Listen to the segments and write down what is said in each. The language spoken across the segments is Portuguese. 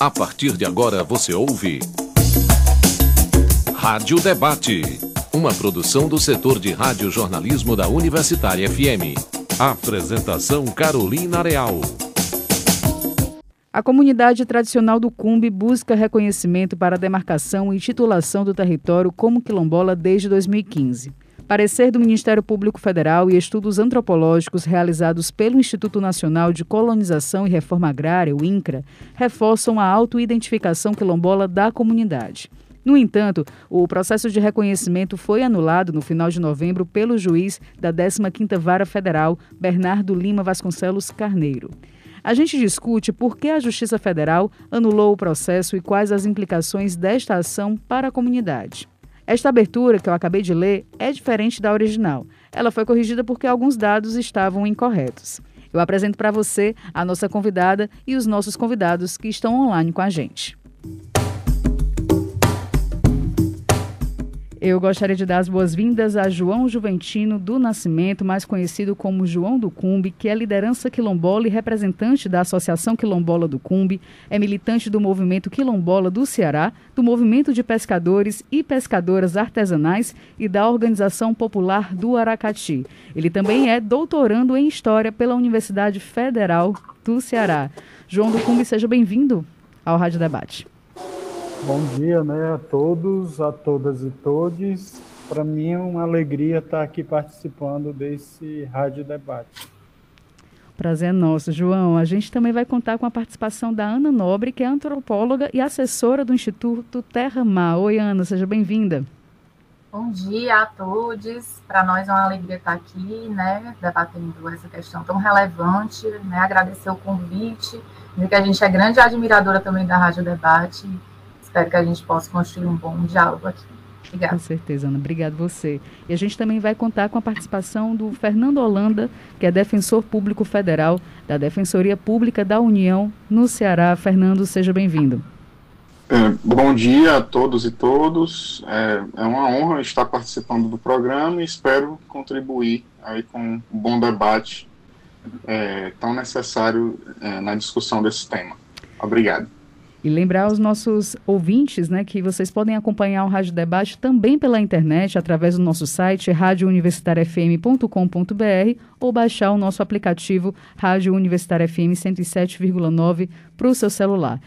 A partir de agora você ouve Rádio Debate, uma produção do setor de radiojornalismo da Universitária FM. Apresentação Carolina Real. A comunidade tradicional do Cumbe busca reconhecimento para a demarcação e titulação do território como quilombola desde 2015. Parecer do Ministério Público Federal e estudos antropológicos realizados pelo Instituto Nacional de Colonização e Reforma Agrária, o INCRA, reforçam a autoidentificação quilombola da comunidade. No entanto, o processo de reconhecimento foi anulado no final de novembro pelo juiz da 15ª Vara Federal, Bernardo Lima Vasconcelos Carneiro. A gente discute por que a Justiça Federal anulou o processo e quais as implicações desta ação para a comunidade. Esta abertura que eu acabei de ler é diferente da original. Ela foi corrigida porque alguns dados estavam incorretos. Eu apresento para você a nossa convidada e os nossos convidados que estão online com a gente. Eu gostaria de dar as boas-vindas a João Juventino do Nascimento, mais conhecido como João do Cumbe, que é liderança quilombola e representante da Associação Quilombola do Cumbe, é militante do Movimento Quilombola do Ceará, do Movimento de Pescadores e Pescadoras Artesanais e da Organização Popular do Aracati. Ele também é doutorando em História pela Universidade Federal do Ceará. João do Cumbe, seja bem-vindo ao Rádio Debate. Bom dia, a todos, a todas e todes. Para mim é uma alegria estar aqui participando desse Rádio Debate. Prazer é nosso, João. A gente também vai contar com a participação da Ana Nobre, que é antropóloga e assessora do Instituto Terra Mar. Oi, Ana, seja bem-vinda. Bom dia a todos. Para nós é uma alegria estar aqui, debatendo essa questão tão relevante, agradecer o convite, dizer que a gente é grande admiradora também da Rádio Debate. Espero que a gente possa construir um bom diálogo aqui. Obrigada. Com certeza, Ana. Obrigado você. E a gente também vai contar com a participação do Fernando Holanda, que é defensor público federal da Defensoria Pública da União no Ceará. Fernando, seja bem-vindo. Bom dia a todos e todos. É uma honra estar participando do programa e espero contribuir aí com um bom debate tão necessário na discussão desse tema. Obrigado. E lembrar aos nossos ouvintes, que vocês podem acompanhar o Rádio Debate também pela internet, através do nosso site radiouniversitariafm.com.br ou baixar o nosso aplicativo Rádio Universitária FM 107,9 para o seu celular.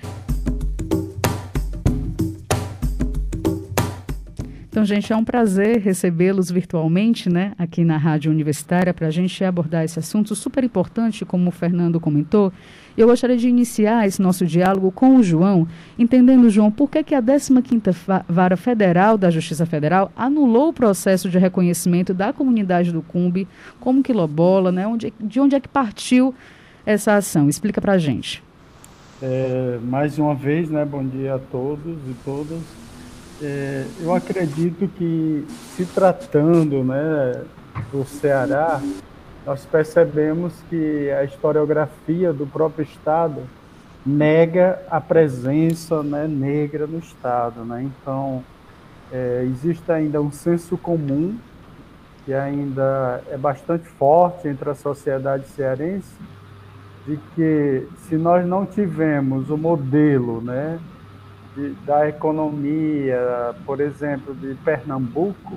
Então, gente, é um prazer recebê-los virtualmente, aqui na Rádio Universitária, para a gente abordar esse assunto super importante, como o Fernando comentou. Eu gostaria de iniciar esse nosso diálogo com o João, entendendo, João, por que a 15ª Vara Federal da Justiça Federal anulou o processo de reconhecimento da comunidade do Cumbe como quilombola, de onde é que partiu essa ação? Explica para a gente. Mais uma vez, bom dia a todos e todas. Eu acredito que, se tratando do Ceará, nós percebemos que a historiografia do próprio Estado nega a presença negra no Estado. Então, existe ainda um senso comum que ainda é bastante forte entre a sociedade cearense, de que, se nós não tivermos o modelo da economia, por exemplo, de Pernambuco,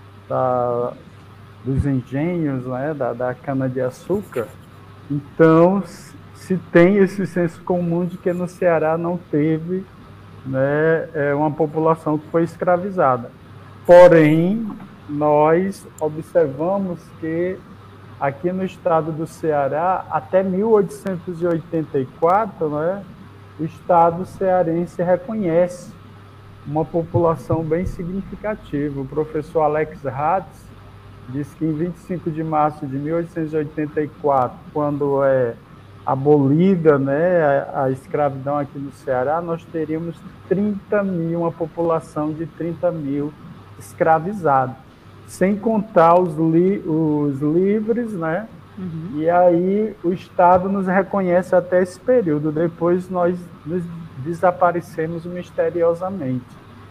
dos engenhos, da cana-de-açúcar, então se tem esse senso comum de que no Ceará não teve uma população que foi escravizada. Porém, nós observamos que aqui no estado do Ceará, até 1884, o Estado cearense reconhece uma população bem significativa. O professor Alex Hatz diz que em 25 de março de 1884, quando é abolida a escravidão aqui no Ceará, nós teríamos 30 mil, uma população de 30 mil escravizados, sem contar os livres, E aí o Estado nos reconhece até esse período. Depois nós nos desaparecemos misteriosamente.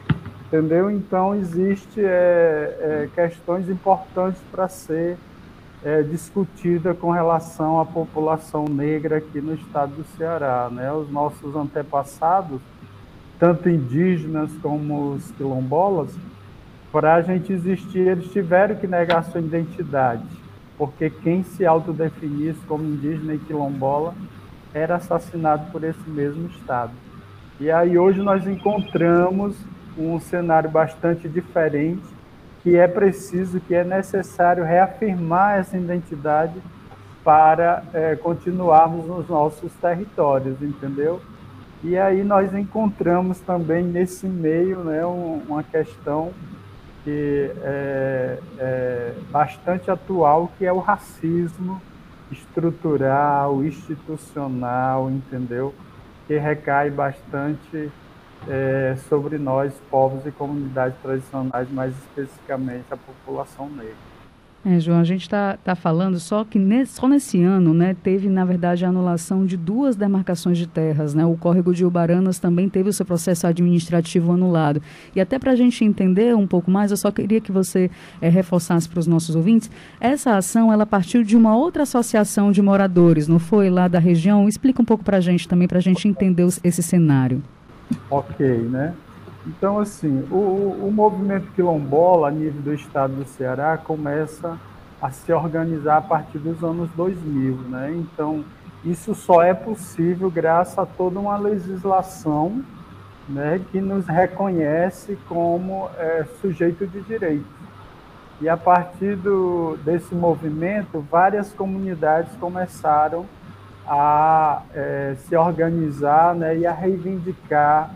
Entendeu? Então, existem questões importantes para ser discutida com relação à população negra aqui no estado do Ceará, né? Os nossos antepassados, tanto indígenas como os quilombolas, para a gente existir, eles tiveram que negar sua identidade, porque quem se autodefinisse como indígena e quilombola era assassinado por esse mesmo estado. E aí hoje nós encontramos um cenário bastante diferente, que é preciso, que é necessário reafirmar essa identidade para continuarmos nos nossos territórios, entendeu? E aí nós encontramos também nesse meio, né, uma questão que é bastante atual, que é o racismo estrutural, institucional, entendeu? Que recai bastante sobre nós, povos e comunidades tradicionais, mais especificamente a população negra. João, a gente está falando só que só nesse ano, né, teve, na verdade, a anulação de 2 demarcações de terras, né? O córrego de Ubaranas também teve o seu processo administrativo anulado. E até para a gente entender um pouco mais, eu só queria que você reforçasse para os nossos ouvintes, essa ação, ela partiu de uma outra associação de moradores, não foi? Lá da região. Explica um pouco para a gente também, para a gente entender esse cenário. Ok, né? Então, assim, o movimento quilombola a nível do estado do Ceará começa a se organizar a partir dos anos 2000, né? Então, isso só é possível graças a toda uma legislação, né, que nos reconhece como sujeito de direito. E a partir desse movimento, várias comunidades começaram a se organizar, né, e a reivindicar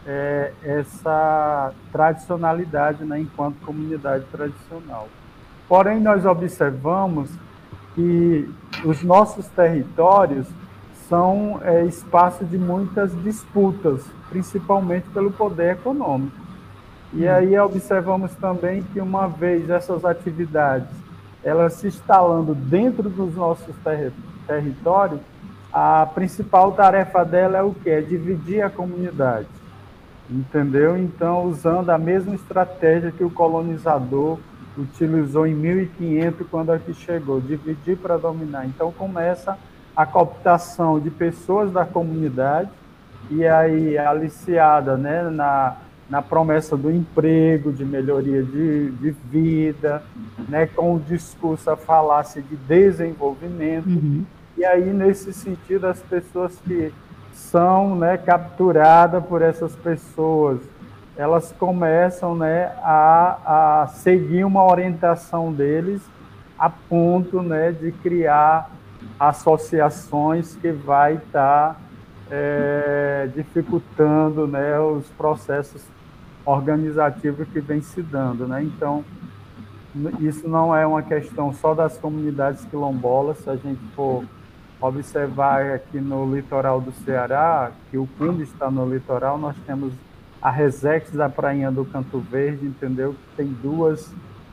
essa tradicionalidade, né, enquanto comunidade tradicional. Porém, nós observamos que os nossos territórios são espaço de muitas disputas, principalmente pelo poder econômico. E aí observamos também que, uma vez essas atividades elas se instalando dentro dos nossos territórios, a principal tarefa dela é o quê? É dividir a comunidade. Entendeu? Então, usando a mesma estratégia que o colonizador utilizou em 1500, quando aqui chegou, dividir para dominar. Então, começa a cooptação de pessoas da comunidade, e aí aliciada, né, na promessa do emprego, de melhoria de vida, né, com o discurso, a falácia de desenvolvimento. Uhum. E aí, nesse sentido, as pessoas que são, né, capturadas por essas pessoas, elas começam, né, a seguir uma orientação deles a ponto, né, de criar associações que vai estar dificultando, né, os processos organizativos que vem se dando, né? Então, isso não é uma questão só das comunidades quilombolas. Se a gente for observar aqui no litoral do Ceará, que o Cumbe está no litoral, nós temos a Resex da Prainha do Canto Verde, entendeu? Tem duas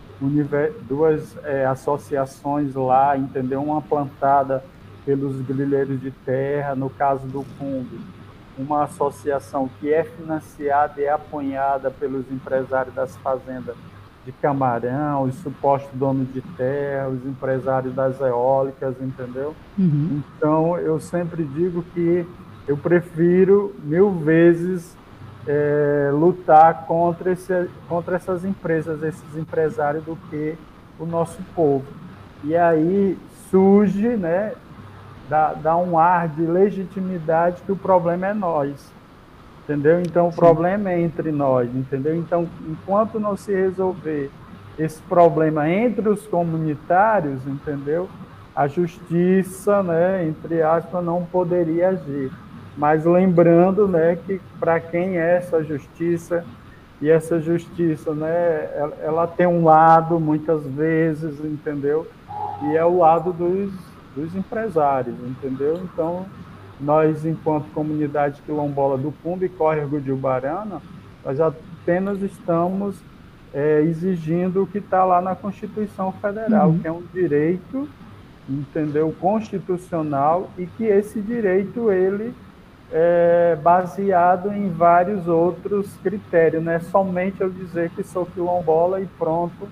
associações lá, entendeu? Uma plantada pelos grileiros de terra, no caso do Cumbe, uma associação que é financiada e é apoiada pelos empresários das fazendas de camarão, os supostos donos de terra, os empresários das eólicas, entendeu? Uhum. Então, eu sempre digo que eu prefiro 1000 vezes lutar contra essas empresas, esses empresários, do que o nosso povo. E aí surge, né, dá um ar de legitimidade que o problema é nós. Entendeu? Então, o problema é entre nós, entendeu? Então, enquanto não se resolver esse problema entre os comunitários, entendeu? A justiça, né, entre aspas, não poderia agir. Mas lembrando, né, que para quem é essa justiça, e essa justiça, né, ela tem um lado, muitas vezes, entendeu? E é o lado dos empresários, entendeu? Então, nós, enquanto comunidade quilombola do Cumbe e Córrego de Ubarana, nós apenas estamos exigindo o que está lá na Constituição Federal, que é um direito, entendeu, constitucional, e que esse direito, ele é baseado em vários outros critérios, não é somente eu dizer que sou quilombola e pronto,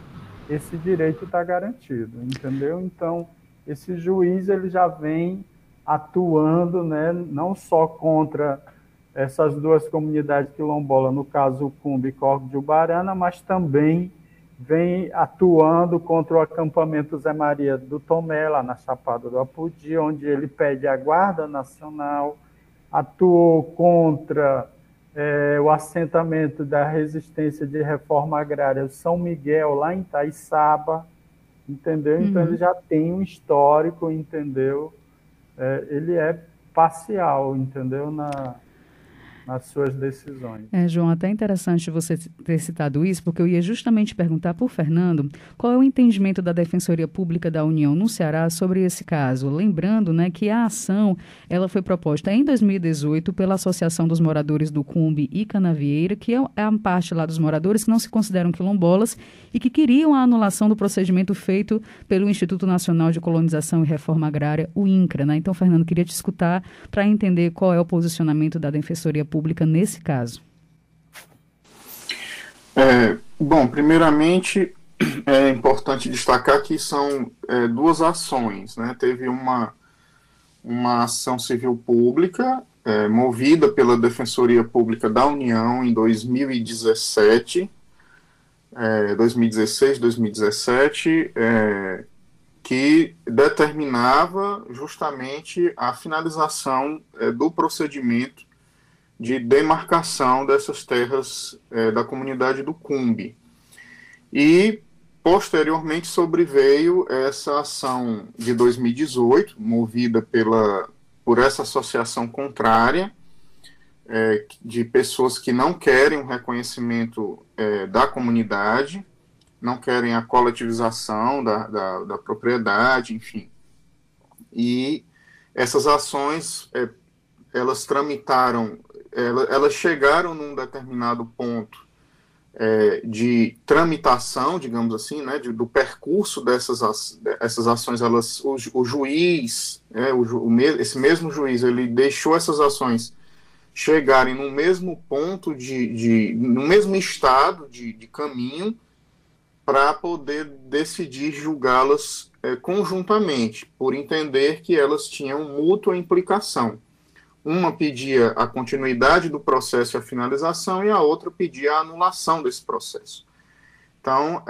esse direito está garantido, entendeu? Então, esse juiz ele já vem atuando, né, não só contra essas duas comunidades quilombolas, no caso o Cumbe e Corvo de Ubarana, mas também vem atuando contra o acampamento Zé Maria do Tomé, lá na Chapada do Apodi, onde ele pede a Guarda Nacional, atuou contra o assentamento da resistência de reforma agrária São Miguel, lá em Itaiçaba, entendeu? Então, ele já tem um histórico, entendeu? Ele é parcial, entendeu? Nas suas decisões. João, até interessante você ter citado isso, porque eu ia justamente perguntar para o Fernando qual é o entendimento da Defensoria Pública da União no Ceará sobre esse caso. Lembrando, né, que a ação ela foi proposta em 2018 pela Associação dos Moradores do Cumbe e Canavieira, que é a parte lá dos moradores que não se consideram quilombolas e que queriam a anulação do procedimento feito pelo Instituto Nacional de Colonização e Reforma Agrária, o INCRA, né? Então, Fernando, queria te escutar para entender qual é o posicionamento da Defensoria Pública nesse caso. Bom, primeiramente é importante destacar que são duas ações, né? Teve uma ação civil pública movida pela Defensoria Pública da União em 2017, 2016, 2017, que determinava justamente a finalização do procedimento de demarcação dessas terras da comunidade do Cumbe. E, posteriormente, sobreveio essa ação de 2018, movida por essa associação contrária, de pessoas que não querem o reconhecimento da comunidade, não querem a coletivização da propriedade, enfim. E essas ações, elas tramitaram, elas chegaram num determinado ponto de tramitação, digamos assim, né, do percurso dessas ações. O juiz, esse mesmo juiz, ele deixou essas ações chegarem no mesmo ponto, no mesmo estado de caminho, para poder decidir julgá-las conjuntamente, por entender que elas tinham mútua implicação. Uma pedia a continuidade do processo e a finalização, e a outra pedia a anulação desse processo. Então,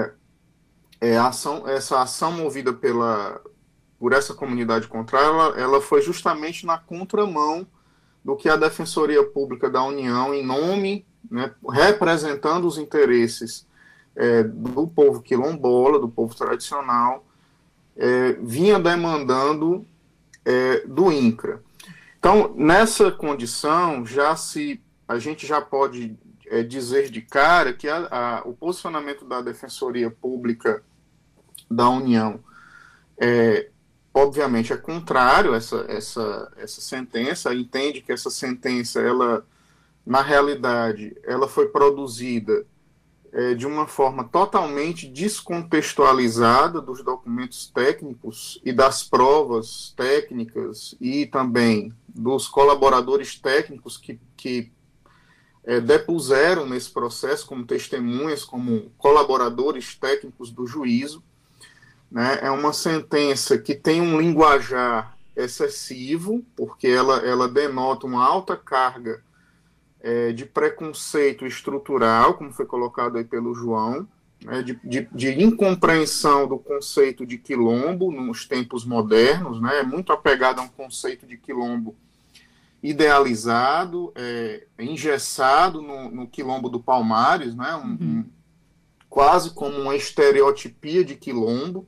essa ação movida por essa comunidade contrária, ela foi justamente na contramão do que a Defensoria Pública da União, em nome, né, representando os interesses do povo quilombola, do povo tradicional, vinha demandando do INCRA. Então, nessa condição, a gente já pode dizer de cara que o posicionamento da Defensoria Pública da União obviamente é contrário a essa sentença, entende que essa sentença, ela, na realidade, ela foi produzida de uma forma totalmente descontextualizada dos documentos técnicos e das provas técnicas e também dos colaboradores técnicos que depuseram nesse processo como testemunhas, como colaboradores técnicos do juízo, né? É uma sentença que tem um linguajar excessivo, porque ela denota uma alta carga de preconceito estrutural, como foi colocado aí pelo João, né, de incompreensão do conceito de quilombo nos tempos modernos, né, muito apegado a um conceito de quilombo idealizado, engessado no quilombo do Palmares, né, quase como uma estereotipia de quilombo,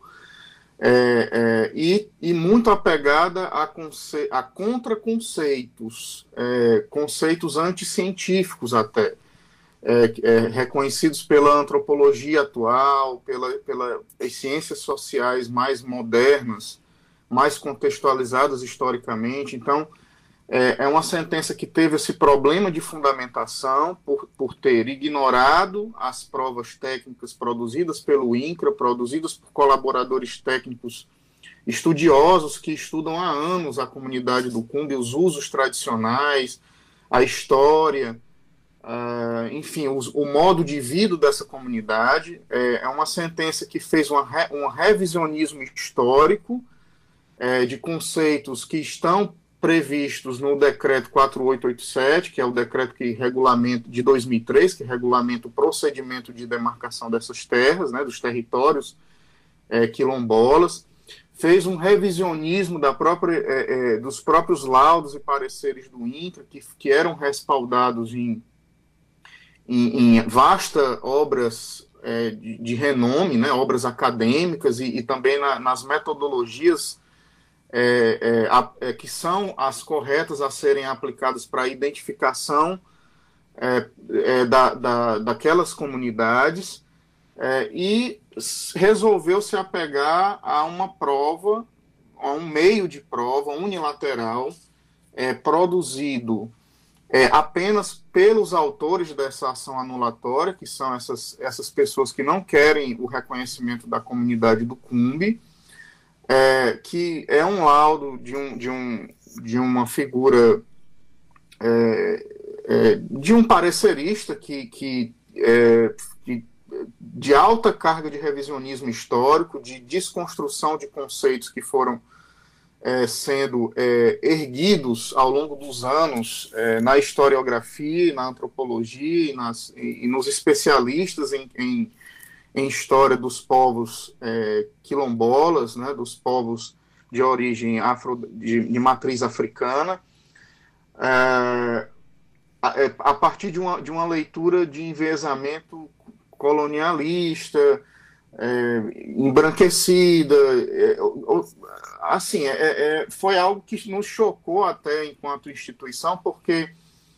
e muito apegada a contraconceitos, conceitos anticientíficos até, reconhecidos pela antropologia atual, pelas ciências sociais mais modernas, mais contextualizadas historicamente. Então, é uma sentença que teve esse problema de fundamentação por ter ignorado as provas técnicas produzidas pelo INCRA, produzidas por colaboradores técnicos estudiosos que estudam há anos a comunidade do Cumbe, os usos tradicionais, a história, enfim, o modo de vida dessa comunidade. É uma sentença que fez um revisionismo histórico de conceitos que estão previstos no decreto 4887, que é o decreto que regulamenta de 2003, que regulamenta o procedimento de demarcação dessas terras, né, dos territórios quilombolas. Fez um revisionismo dos próprios laudos e pareceres do INCRA, que eram respaldados em vastas obras de renome, né, obras acadêmicas e também nas metodologias que são as corretas a serem aplicadas para a identificação daquelas comunidades, e resolveu se apegar a uma prova, a um meio de prova unilateral, produzido apenas pelos autores dessa ação anulatória, que são essas pessoas que não querem o reconhecimento da comunidade do Cumbe, que é um laudo de uma figura, de um parecerista de alta carga de revisionismo histórico, de desconstrução de conceitos que foram sendo erguidos ao longo dos anos na historiografia, na antropologia e nos especialistas em história dos povos quilombolas, né, dos povos de origem de matriz africana, a partir de uma leitura de enviesamento colonialista, embranquecida, assim, foi algo que nos chocou até enquanto instituição, porque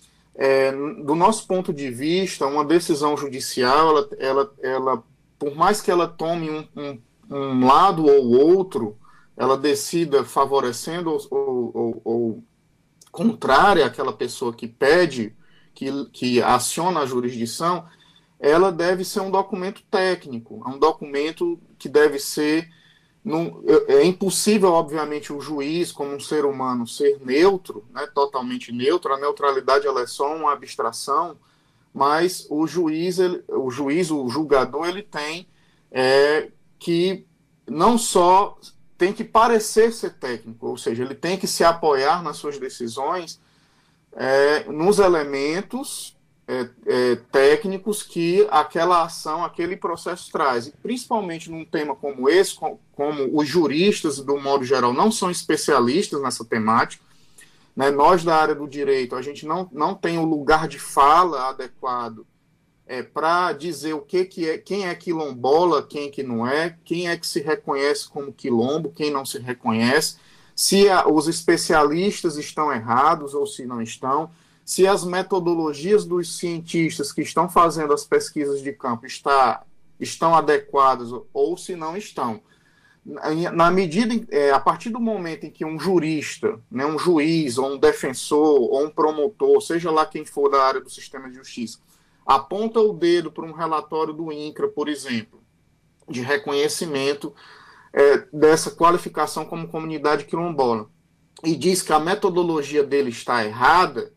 do nosso ponto de vista, uma decisão judicial, ela por mais que ela tome um lado ou outro, ela decida favorecendo ou contrária àquela pessoa que pede, que aciona a jurisdição, ela deve ser um documento técnico, um documento que deve ser... É impossível, obviamente, o juiz, como um ser humano, ser neutro, né, totalmente neutro. A neutralidade ela é só uma abstração, mas o julgador, ele tem que não só tem que parecer ser técnico, ou seja, ele tem que se apoiar nas suas decisões nos elementos técnicos que aquela ação, aquele processo traz. E principalmente num tema como esse, como os juristas, do modo geral, não são especialistas nessa temática, né? Nós, da área do direito, a gente não tem o lugar de fala adequado para dizer o que é, quem é quilombola, quem que não é, quem é que se reconhece como quilombo, quem não se reconhece, se os especialistas estão errados ou se não estão, se as metodologias dos cientistas que estão fazendo as pesquisas de campo estão adequadas ou se não estão. Na medida, a partir do momento em que um jurista, né, um juiz, ou um defensor, ou um promotor, seja lá quem for da área do sistema de justiça, aponta o dedo para um relatório do INCRA, por exemplo, de reconhecimento dessa qualificação como comunidade quilombola, e diz que a metodologia dele está errada,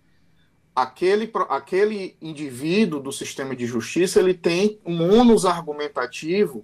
aquele indivíduo do sistema de justiça, ele tem um ônus argumentativo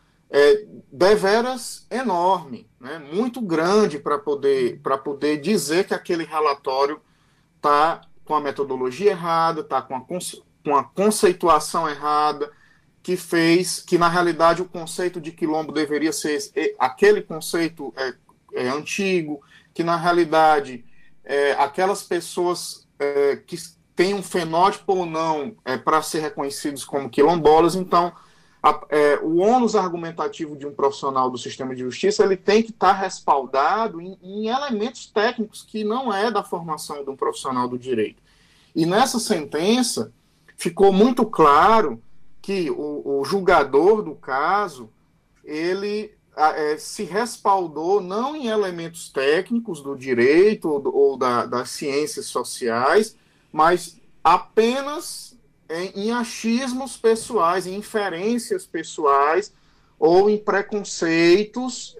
deveras enorme, né, muito grande para poder dizer que aquele relatório está com a metodologia errada, está com a conceituação errada, que na realidade o conceito de quilombo deveria ser aquele conceito antigo, que na realidade aquelas pessoas que têm um fenótipo ou não para ser reconhecidos como quilombolas. Então, o ônus argumentativo de um profissional do sistema de justiça, ele tem que estar respaldado em elementos técnicos que não é da formação de um profissional do direito. E nessa sentença ficou muito claro que o julgador do caso, ele se respaldou não em elementos técnicos do direito ou das ciências sociais, mas apenas em achismos pessoais, em inferências pessoais ou em preconceitos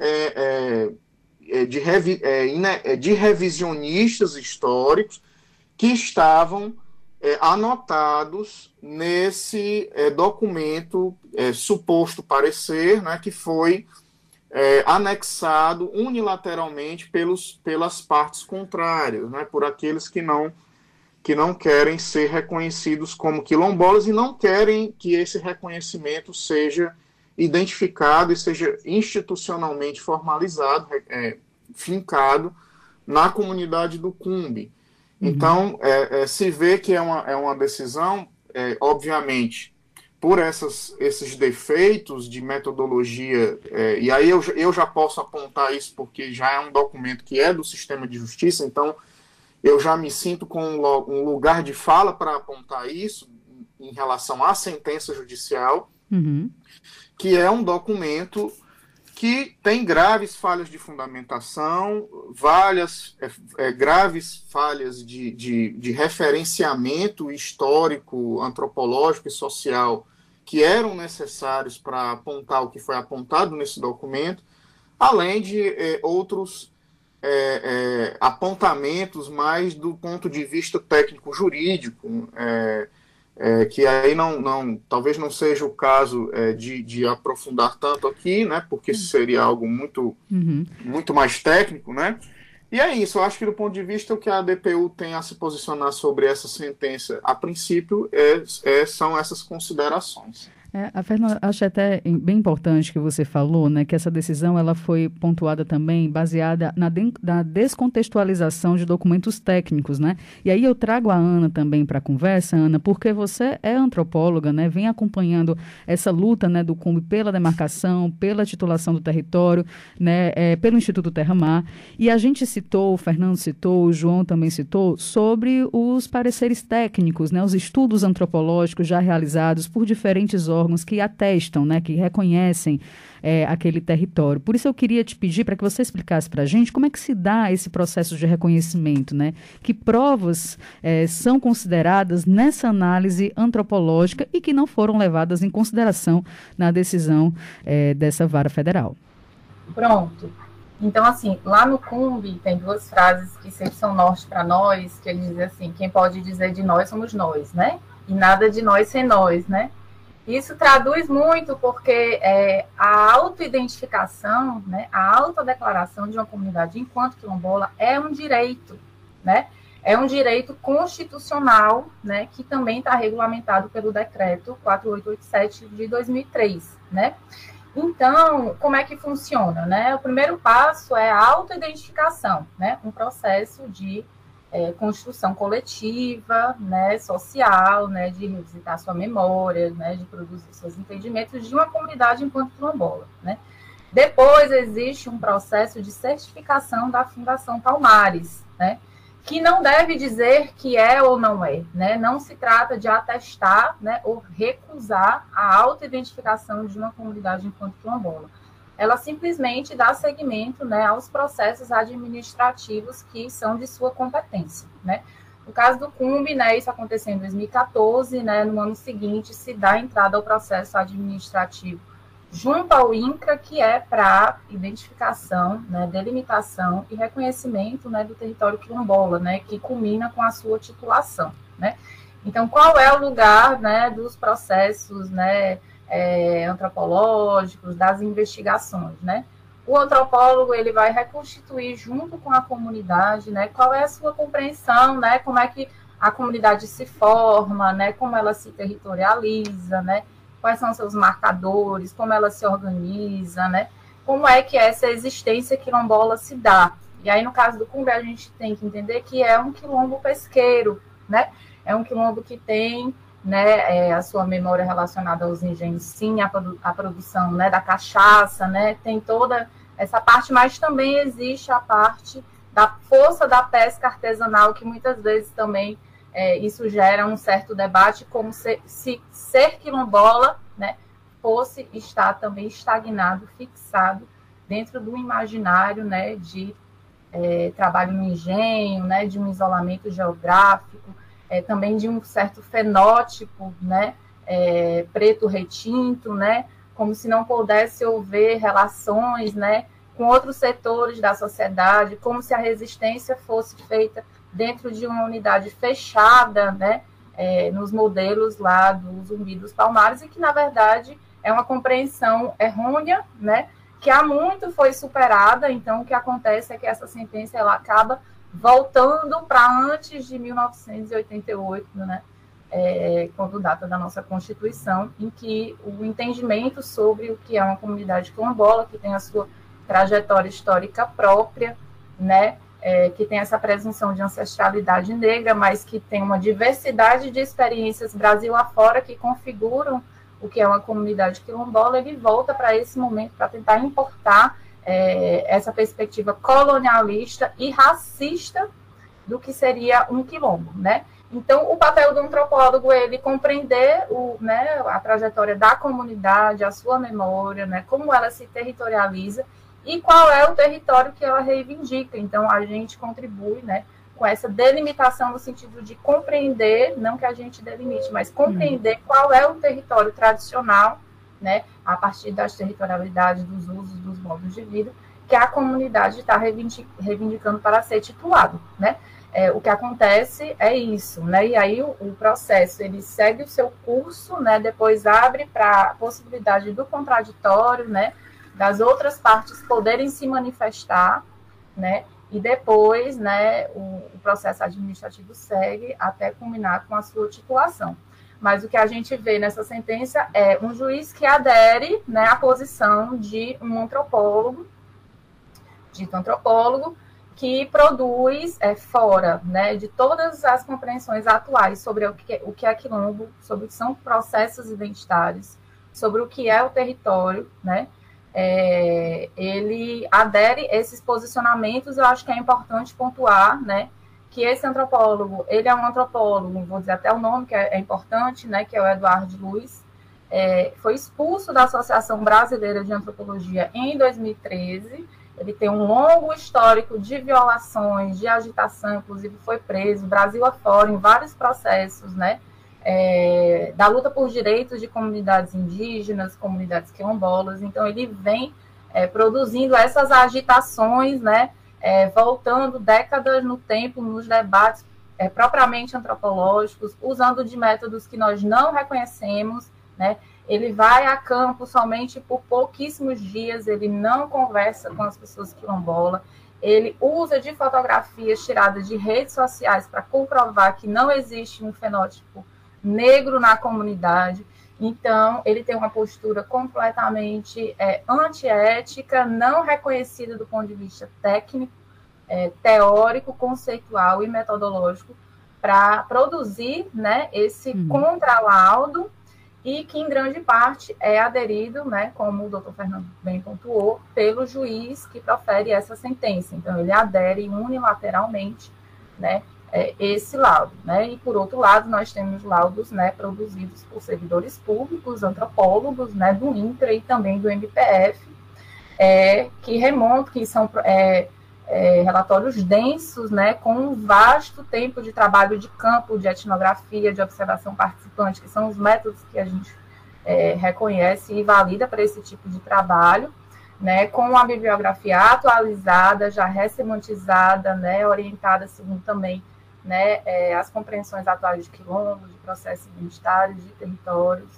de revisionistas históricos que estavam anotados nesse documento suposto parecer, né, que foi anexado unilateralmente pelas partes contrárias, né, por aqueles que não querem ser reconhecidos como quilombolas e não querem que esse reconhecimento seja identificado e seja institucionalmente formalizado, fincado na comunidade do Cumbe. Então, se vê que é uma decisão, obviamente, por esses defeitos de metodologia, e aí eu já posso apontar isso porque já é um documento que é do sistema de justiça, então eu já me sinto com um lugar de fala para apontar isso em relação à sentença judicial, que é um documento que tem graves falhas de fundamentação, graves falhas de referenciamento histórico, antropológico e social que eram necessários para apontar o que foi apontado nesse documento, além de outros apontamentos mais do ponto de vista técnico-jurídico, que aí talvez não seja o caso de aprofundar tanto aqui, né, porque seria algo muito mais técnico, né? E é isso, eu acho que do ponto de vista o que a ADPU tem a se posicionar sobre essa sentença, a princípio, são essas considerações. Fernanda, acho até bem importante que você falou, né, que essa decisão ela foi pontuada também baseada na descontextualização de documentos técnicos, né? E aí eu trago a Ana também para a conversa, Ana, porque você é antropóloga, né, vem acompanhando essa luta, né, do Cumbe pela demarcação, pela titulação do território, né, pelo Instituto Terra-Mar, e a gente citou, o Fernando citou, o João também citou, sobre os pareceres técnicos, né, os estudos antropológicos já realizados por diferentes órgãos que atestam, né, que reconhecem aquele território. Por isso eu queria te pedir para que você explicasse para a gente como é que se dá esse processo de reconhecimento, né? Que provas são consideradas nessa análise antropológica e que não foram levadas em consideração na decisão dessa vara federal. Pronto. Então, assim, lá no Cumbe tem duas frases que sempre são norte para nós, que ele diz assim, quem pode dizer de nós somos nós, né? E nada de nós sem nós, né? Isso traduz muito porque a autoidentificação, né, a autodeclaração de uma comunidade enquanto quilombola é um direito, né? É um direito constitucional, né, que também está regulamentado pelo decreto 4887 de 2003, né? Então, como é que funciona, né? O primeiro passo é a autoidentificação, né? Um processo de construção coletiva, né, social, né, de revisitar sua memória, né, de produzir seus entendimentos de uma comunidade enquanto quilombola, né. Depois existe um processo de certificação da Fundação Palmares, né, que não deve dizer que é ou não é, né, não se trata de atestar, né, ou recusar a autoidentificação de uma comunidade enquanto quilombola. Ela simplesmente dá seguimento, né, aos processos administrativos que são de sua competência, né. No caso do Cumbe, né, isso aconteceu em 2014, né, no ano seguinte se dá entrada ao processo administrativo junto ao INCRA, que é para identificação, né, delimitação e reconhecimento, né, do território quilombola, né, que culmina com a sua titulação, né. Então, qual é o lugar, né, dos processos, né, antropológicos, das investigações, né? O antropólogo, ele vai reconstituir junto com a comunidade, né, qual é a sua compreensão, né, como é que a comunidade se forma, né, como ela se territorializa, né, quais são seus marcadores, como ela se organiza, né, como é que essa existência quilombola se dá. E aí, no caso do Cumbe, a gente tem que entender que é um quilombo pesqueiro, né, é um quilombo que tem, né, a sua memória relacionada aos engenhos, sim, a produção, né, da cachaça, né, tem toda essa parte, mas também existe a parte da força da pesca artesanal, que muitas vezes também isso gera um certo debate, como se ser quilombola, né, fosse estar também estagnado, fixado dentro do imaginário, né, de trabalho no engenho, né, de um isolamento geográfico, também de um certo fenótipo, né, preto retinto, né, como se não pudesse haver relações, né, com outros setores da sociedade, como se a resistência fosse feita dentro de uma unidade fechada, né, nos modelos lá do Zumbi dos Palmares, e que, na verdade, é uma compreensão errônea, né, que há muito foi superada. Então, o que acontece é que essa sentença ela acaba voltando para antes de 1988, né, quando data da nossa Constituição, em que o entendimento sobre o que é uma comunidade quilombola, que tem a sua trajetória histórica própria, né, que tem essa presunção de ancestralidade negra, mas que tem uma diversidade de experiências Brasil afora que configuram o que é uma comunidade quilombola, ele volta para esse momento para tentar importar essa perspectiva colonialista e racista do que seria um quilombo, né? Então, o papel do antropólogo é ele compreender a trajetória da comunidade, a sua memória, né, como ela se territorializa e qual é o território que ela reivindica. Então, a gente contribui, né, com essa delimitação no sentido de compreender, não que a gente delimite, mas compreender qual é o território tradicional, né, a partir das territorialidades, dos usos, dos modos de vida, que a comunidade está reivindicando para ser titulado, né? O que acontece é isso, né? E aí o processo ele segue o seu curso, né? Depois abre para a possibilidade do contraditório, né? Das outras partes poderem se manifestar, né? E depois, né? O processo administrativo segue até culminar com a sua titulação. Mas o que a gente vê nessa sentença é um juiz que adere, né, à posição de um antropólogo, dito antropólogo, que produz fora, né, de todas as compreensões atuais sobre o que é quilombo, sobre o que são processos identitários, sobre o que é o território, né, ele adere a esses posicionamentos. Eu acho que é importante pontuar, né, que esse antropólogo, ele é um antropólogo, vou dizer até o nome, que é importante, né, que é o Eduardo Luiz, foi expulso da Associação Brasileira de Antropologia em 2013, ele tem um longo histórico de violações, de agitação, inclusive foi preso, Brasil afora, em vários processos, né, da luta por direitos de comunidades indígenas, comunidades quilombolas. Então, ele vem produzindo essas agitações, né, voltando décadas no tempo, nos debates propriamente antropológicos, usando de métodos que nós não reconhecemos, né. Ele vai a campo somente por pouquíssimos dias, ele não conversa com as pessoas quilombolas, ele usa de fotografias tiradas de redes sociais para comprovar que não existe um fenótipo negro na comunidade. Então, ele tem uma postura completamente antiética, não reconhecida do ponto de vista técnico, teórico, conceitual e metodológico, para produzir, né, esse contralaudo, e que, em grande parte, é aderido, né, como o doutor Fernando bem pontuou, pelo juiz que profere essa sentença. Então, ele adere unilateralmente, né, esse laudo, né? E, por outro lado, nós temos laudos, né, produzidos por servidores públicos, antropólogos, né, do INCRA e também do MPF, que remontam, que são relatórios densos, né, com um vasto tempo de trabalho de campo, de etnografia, de observação participante, que são os métodos que a gente reconhece e valida para esse tipo de trabalho, né, com uma bibliografia atualizada, já ressemantizada, né, orientada segundo também, né, as compreensões atuais de quilombo, de processos identitários, de territórios,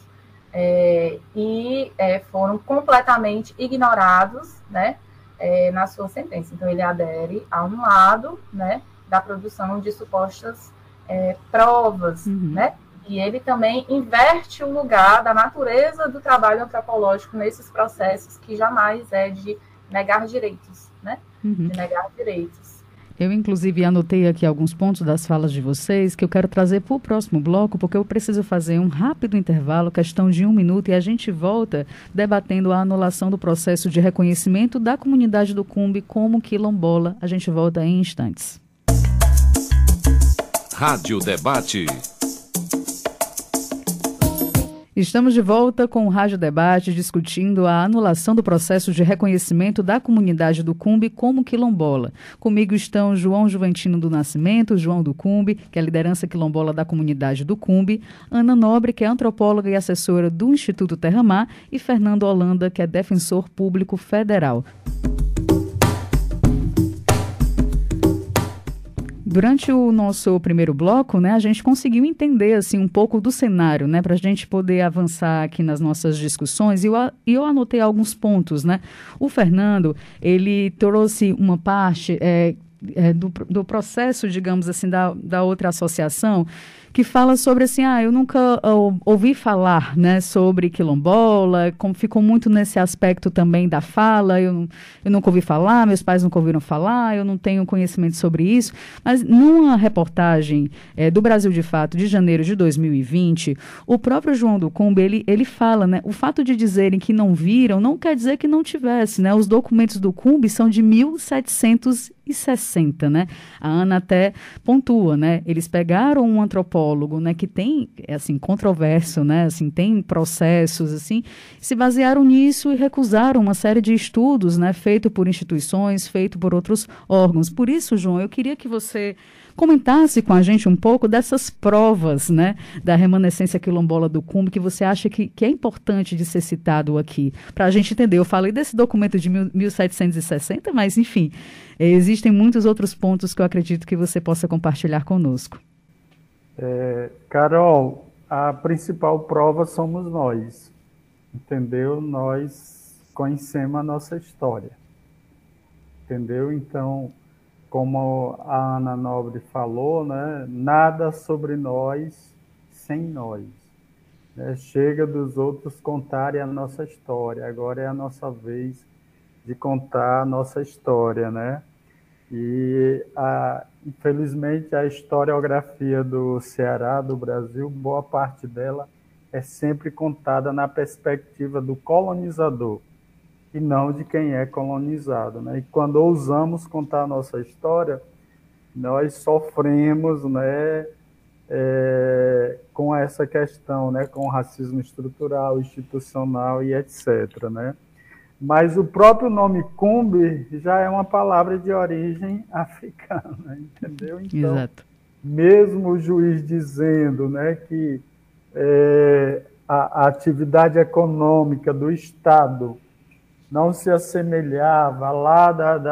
e foram completamente ignorados, né, na sua sentença. Então, ele adere a um lado, né, da produção de supostas provas, né, e ele também inverte o lugar da natureza do trabalho antropológico nesses processos, que jamais é de negar direitos, né, de negar direitos. Eu, inclusive, anotei aqui alguns pontos das falas de vocês que eu quero trazer para o próximo bloco, porque eu preciso fazer um rápido intervalo, questão de 1 minuto, e a gente volta debatendo a anulação do processo de reconhecimento da comunidade do Cumbe como quilombola. A gente volta em instantes. Rádio Debate. Estamos de volta com o Rádio Debate, discutindo a anulação do processo de reconhecimento da comunidade do Cumbe como quilombola. Comigo estão João Juventino do Nascimento, João do Cumbe, que é a liderança quilombola da comunidade do Cumbe, Ana Nobre, que é antropóloga e assessora do Instituto Terra Mar, e Fernando Holanda, que é defensor público federal. Durante o nosso primeiro bloco, né, a gente conseguiu entender assim, um pouco do cenário, né, para a gente poder avançar aqui nas nossas discussões, e eu anotei alguns pontos. Né? O Fernando, ele trouxe uma parte do processo, digamos assim, da outra associação, que fala sobre assim, eu nunca ouvi falar, né, sobre quilombola, como ficou muito nesse aspecto também da fala, eu nunca ouvi falar, meus pais nunca ouviram falar, eu não tenho conhecimento sobre isso, mas numa reportagem do Brasil de Fato, de janeiro de 2020, o próprio João do Cumbe, ele fala, né, o fato de dizerem que não viram, não quer dizer que não tivesse, né, os documentos do Cumbe são de 1760, né, a Ana até pontua, né, eles pegaram um antropólogo, né, que tem, assim, controverso, né, assim, tem processos, assim, se basearam nisso e recusaram uma série de estudos, né, feito por instituições, feito por outros órgãos. Por isso, João, eu queria que você comentasse com a gente um pouco dessas provas, né, da remanescência quilombola do Cumbe, que você acha que é importante de ser citado aqui, para a gente entender. Eu falei desse documento de 1760, mas, enfim, existem muitos outros pontos que eu acredito que você possa compartilhar conosco. Carol, a principal prova somos nós, entendeu? Nós conhecemos a nossa história, entendeu? Então, como a Ana Nobre falou, né, nada sobre nós sem nós. Né? Chega dos outros contarem a nossa história, agora é a nossa vez de contar a nossa história, né? E, infelizmente, a historiografia do Ceará, do Brasil, boa parte dela é sempre contada na perspectiva do colonizador e não de quem é colonizado. Né? E quando ousamos contar a nossa história, nós sofremos, né, com essa questão, né, com o racismo estrutural, institucional e etc., né? Mas o próprio nome Cumbe já é uma palavra de origem africana, entendeu? Então, exato. Mesmo o juiz dizendo, né, que a atividade econômica do Estado não se assemelhava lá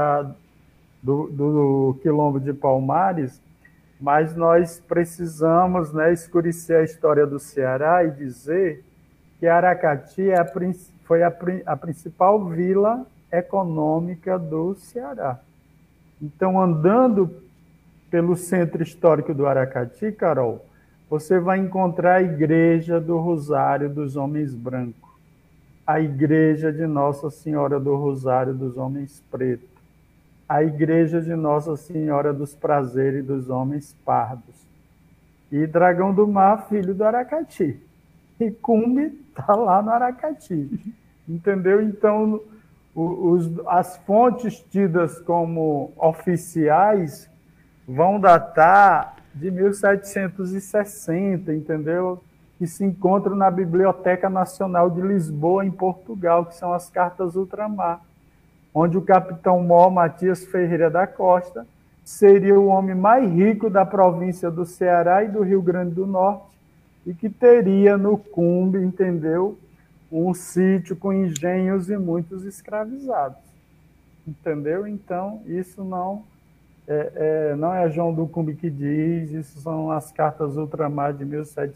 do Quilombo de Palmares, mas nós precisamos, né, escurecer a história do Ceará e dizer que Aracati foi a principal vila econômica do Ceará. Então, andando pelo centro histórico do Aracati, Carol, você vai encontrar a igreja do Rosário dos Homens Brancos, a igreja de Nossa Senhora do Rosário dos Homens Pretos, a igreja de Nossa Senhora dos Prazeres dos Homens Pardos, e Dragão do Mar, filho do Aracati. E Cumbe está lá no Aracati, entendeu? Então, as fontes tidas como oficiais vão datar de 1760, entendeu? Que se encontram na Biblioteca Nacional de Lisboa, em Portugal, que são as Cartas Ultramar, onde o capitão Mó Matias Ferreira da Costa seria o homem mais rico da província do Ceará e do Rio Grande do Norte, e que teria no Cumbe, entendeu, um sítio com engenhos e muitos escravizados, entendeu? Então, isso não é João do Cumbe que diz, isso são as Cartas Ultramar de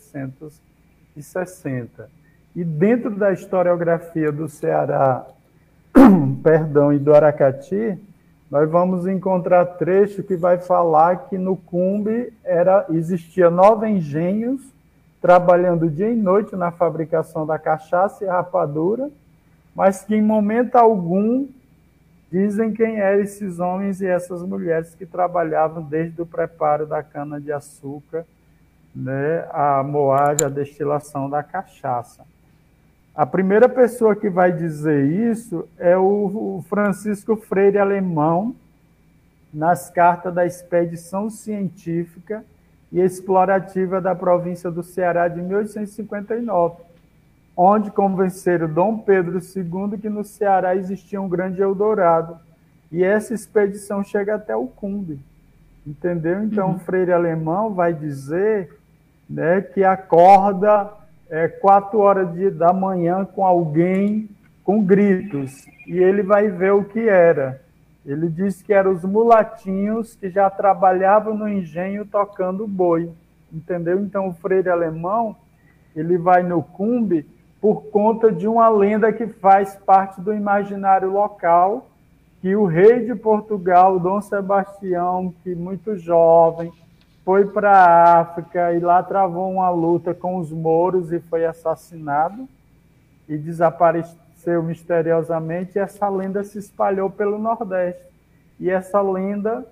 1760. E dentro da historiografia do Ceará, perdão, e do Aracati, nós vamos encontrar trecho que vai falar que no Cumbe existia 9 engenhos, trabalhando dia e noite na fabricação da cachaça e rapadura, mas que em momento algum dizem quem eram esses homens e essas mulheres que trabalhavam desde o preparo da cana-de-açúcar, né, a moagem, a destilação da cachaça. A primeira pessoa que vai dizer isso é o Francisco Freire Alemão, nas cartas da Expedição Científica e Explorativa da província do Ceará de 1859, onde convenceram Dom Pedro II que no Ceará existia um grande Eldorado, e essa expedição chega até o Cumbe, entendeu? Então, Freire Alemão vai dizer, né, que acorda 4 horas da manhã com alguém com gritos, e ele vai ver o que era. Ele disse que eram os mulatinhos que já trabalhavam no engenho tocando boi, entendeu? Então, o Freire Alemão, ele vai no Cumbe por conta de uma lenda que faz parte do imaginário local, que o rei de Portugal, Dom Sebastião, que muito jovem, foi para a África e lá travou uma luta com os mouros e foi assassinado e desapareceu misteriosamente, e essa lenda se espalhou pelo Nordeste. E essa lenda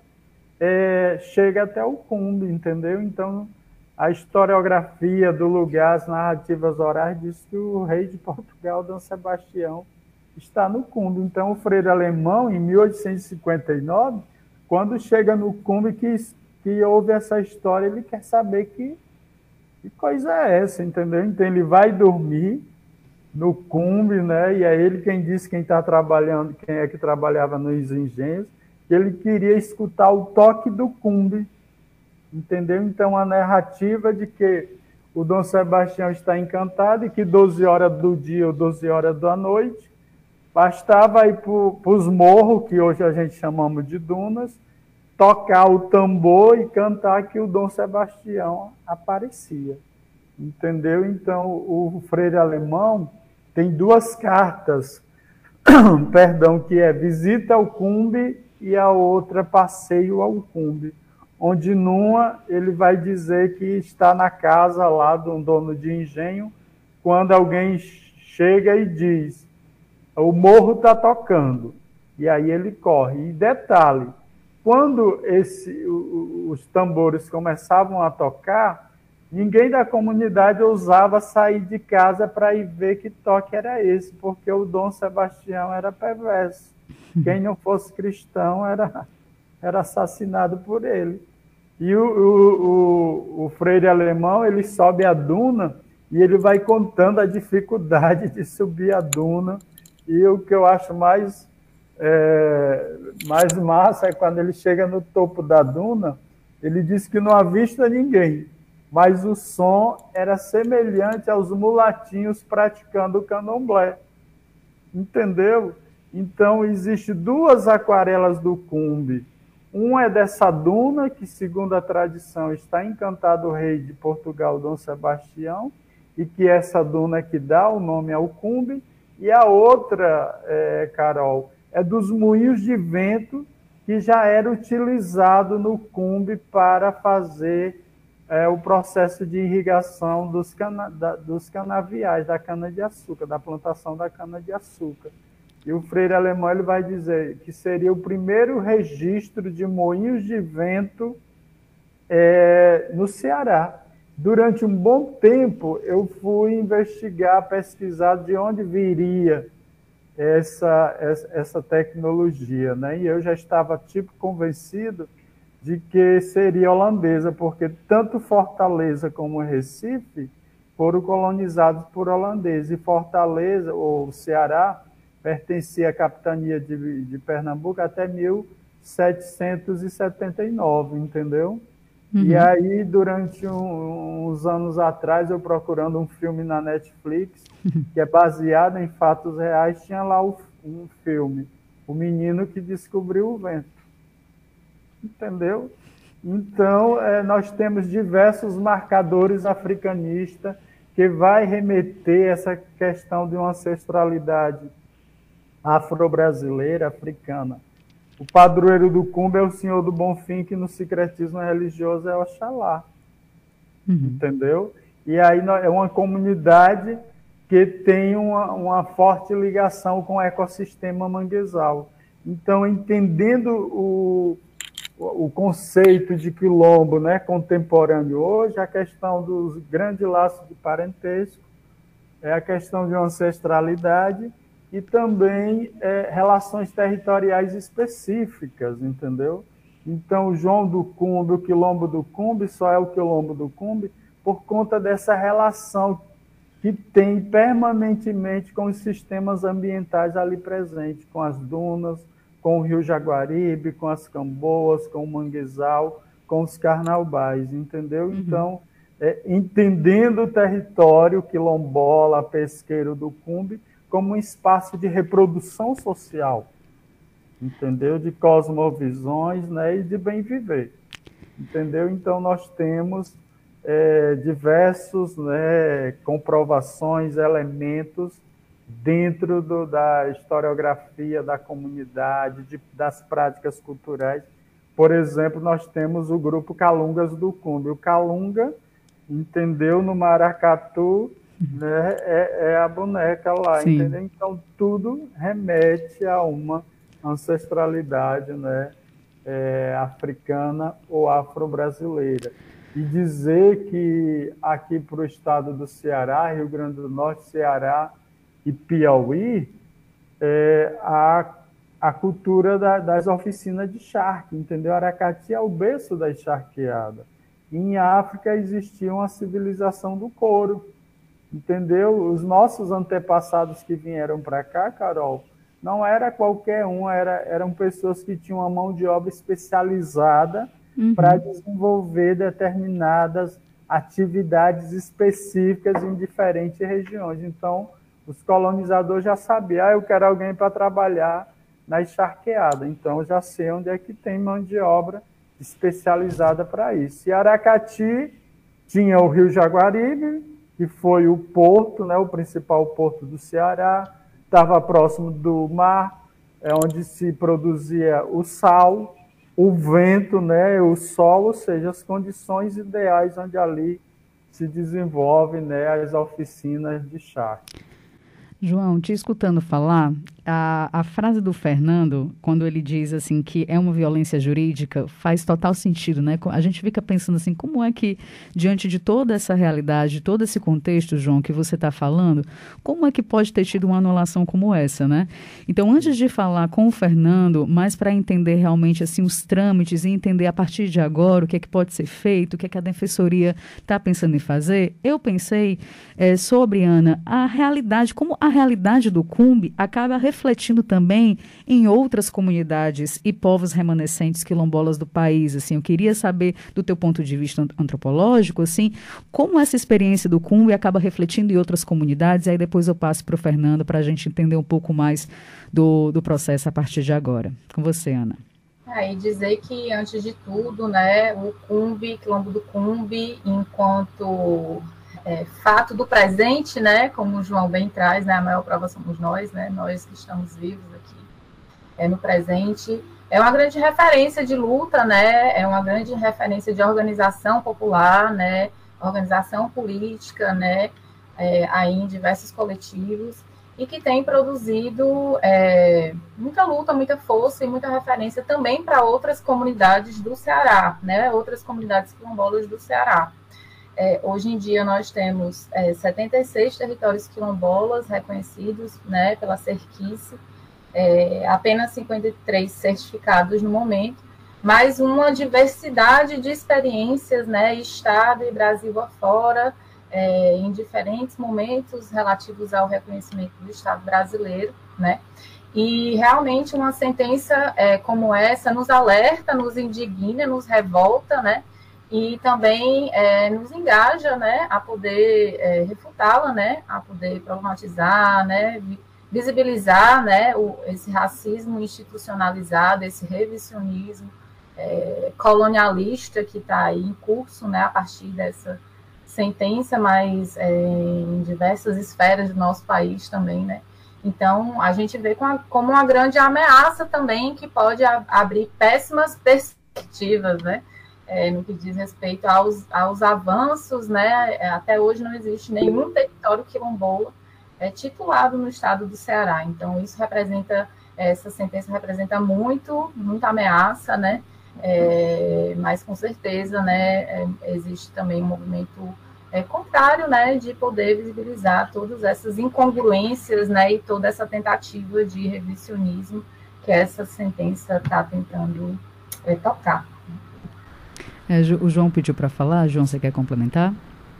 chega até o Cumbe, entendeu? Então, a historiografia do lugar, as narrativas orais, diz que o rei de Portugal, Dom Sebastião, está no Cumbe. Então, o Freire Alemão, em 1859, quando chega no Cumbe, que ouve essa história, ele quer saber que coisa é essa, entendeu? Então, ele vai dormir no Cumbe, né? E é ele quem disse, quem está trabalhando, quem é que trabalhava nos engenhos, que ele queria escutar o toque do Cumbe, entendeu? Então, a narrativa de que o Dom Sebastião está encantado e que 12 horas do dia ou 12 horas da noite, bastava ir para os morros, que hoje a gente chamamos de dunas, tocar o tambor e cantar que o Dom Sebastião aparecia, entendeu? Então, o Freire Alemão tem duas cartas, perdão, que é Visita ao Cumbe e a outra Passeio ao Cumbe, onde numa ele vai dizer que está na casa lá de um dono de engenho, quando alguém chega e diz, o morro está tocando, e aí ele corre. E detalhe, quando os tambores começavam a tocar, ninguém da comunidade ousava sair de casa para ir ver que toque era esse, porque o Dom Sebastião era perverso. Quem não fosse cristão era assassinado por ele. E o Freire Alemão, ele sobe a duna e ele vai contando a dificuldade de subir a duna. E o que eu acho mais massa é quando ele chega no topo da duna, ele diz que não avista ninguém, mas o som era semelhante aos mulatinhos praticando o candomblé. Entendeu? Então, existem duas aquarelas do Cumbe. Uma é dessa duna, que, segundo a tradição, está encantado o rei de Portugal, Dom Sebastião, e que essa duna que dá o nome ao Cumbe. E a outra, Carol, é dos moinhos de vento, que já era utilizado no Cumbe para fazer o processo de irrigação dos canaviais, da cana-de-açúcar, da plantação da cana-de-açúcar. E o Freire Alemão ele vai dizer que seria o primeiro registro de moinhos de vento no Ceará. Durante um bom tempo, eu fui investigar, pesquisar de onde viria essa tecnologia, né? E eu já estava convencido de que seria holandesa, porque tanto Fortaleza como Recife foram colonizados por holandeses. E Fortaleza, ou Ceará, pertencia à capitania de Pernambuco até 1779, entendeu? Uhum. E aí, durante uns anos atrás, eu procurando um filme na Netflix, que é baseado em fatos reais, tinha lá um filme, O Menino que Descobriu o Vento. Entendeu? Então, nós temos diversos marcadores africanistas que vai remeter essa questão de uma ancestralidade afro-brasileira, africana. O padroeiro do Cumbe é o Senhor do Bonfim, que no sincretismo religioso é Oxalá. Uhum. Entendeu? E aí é uma comunidade que tem uma forte ligação com o ecossistema manguezal. Então, entendendo o conceito de quilombo, né, contemporâneo hoje, a questão dos grandes laços de parentesco, a questão de uma ancestralidade e também relações territoriais específicas, entendeu? Então, o João do Cumbe, o Quilombo do Cumbe, só é o Quilombo do Cumbe por conta dessa relação que tem permanentemente com os sistemas ambientais ali presentes, com as dunas, com o Rio Jaguaribe, com as Camboas, com o Manguezal, com os Carnaubais, entendeu? Uhum. Então, entendendo o território quilombola, pesqueiro do Cumbe, como um espaço de reprodução social, entendeu? De cosmovisões, né? E de bem viver, entendeu? Então, nós temos diversos, né, comprovações, elementos dentro da historiografia da comunidade, das práticas culturais. Por exemplo, nós temos o grupo Calungas do Cumbe. O Calunga, entendeu, no maracatu, né, é a boneca lá, Sim. entendeu? Então, tudo remete a uma ancestralidade, né, africana ou afro-brasileira. E dizer que aqui para o estado do Ceará, Rio Grande do Norte, Ceará e Piauí, a cultura das oficinas de charque, entendeu? Aracati é o berço da charqueada. Em África existia uma civilização do couro, entendeu? Os nossos antepassados que vieram para cá, Carol, não era qualquer um, eram pessoas que tinham uma mão de obra especializada para desenvolver determinadas atividades específicas em diferentes regiões. Então, os colonizadores já sabiam, eu quero alguém para trabalhar na encharqueada, então eu já sei onde é que tem mão de obra especializada para isso. E Aracati tinha o Rio Jaguaribe, que foi o porto, né, o principal porto do Ceará, estava próximo do mar, onde se produzia o sal, o vento, né, o sol, ou seja, as condições ideais onde ali se desenvolvem, né, as oficinas de charque. João, te escutando falar, a frase do Fernando, quando ele diz assim que é uma violência jurídica, faz total sentido, né? A gente fica pensando assim, como é que, diante de toda essa realidade, todo esse contexto, João, que você está falando, como é que pode ter tido uma anulação como essa, né? Então, antes de falar com o Fernando, mais para entender realmente assim os trâmites e entender a partir de agora o que é que pode ser feito, o que é que a Defensoria está pensando em fazer, eu pensei sobre, Ana, a realidade, como a realidade do Cumbe acaba refletindo também em outras comunidades e povos remanescentes quilombolas do país. Assim, eu queria saber, do teu ponto de vista antropológico, assim, como essa experiência do Cumbe acaba refletindo em outras comunidades, e aí depois eu passo para o Fernando para a gente entender um pouco mais do processo a partir de agora. Com você, Ana. E dizer que, antes de tudo, né, o Cumbe, Quilombo do Cumbe, enquanto fato do presente, né, como o João bem traz, né, a maior prova somos nós, né, nós que estamos vivos aqui no presente, é uma grande referência de luta, né, é uma grande referência de organização popular, né, organização política, né, aí em diversos coletivos, e que tem produzido muita luta, muita força e muita referência também para outras comunidades do Ceará, né, outras comunidades quilombolas do Ceará. Hoje em dia nós temos 76 territórios quilombolas reconhecidos, né, pela Cerquice, apenas 53 certificados no momento, mas uma diversidade de experiências, né, Estado e Brasil afora, em diferentes momentos relativos ao reconhecimento do Estado brasileiro, né, e realmente uma sentença como essa nos alerta, nos indigna, nos revolta, né, e também nos engaja, né, a poder refutá-la, né, a poder problematizar, né, visibilizar, né, esse racismo institucionalizado, esse revisionismo colonialista que está aí em curso, né, a partir dessa sentença, mas em diversas esferas do nosso país também, né. Então, a gente vê como uma grande ameaça também que pode abrir péssimas perspectivas, né, no que diz respeito aos avanços, né, até hoje não existe nenhum território quilombola titulado no estado do Ceará. Então, isso representa, essa sentença representa muita ameaça, né, mas com certeza, né, existe também um movimento contrário, né, de poder visibilizar todas essas incongruências, né, e toda essa tentativa de revisionismo que essa sentença está tentando tocar. O João pediu para falar. João, você quer complementar?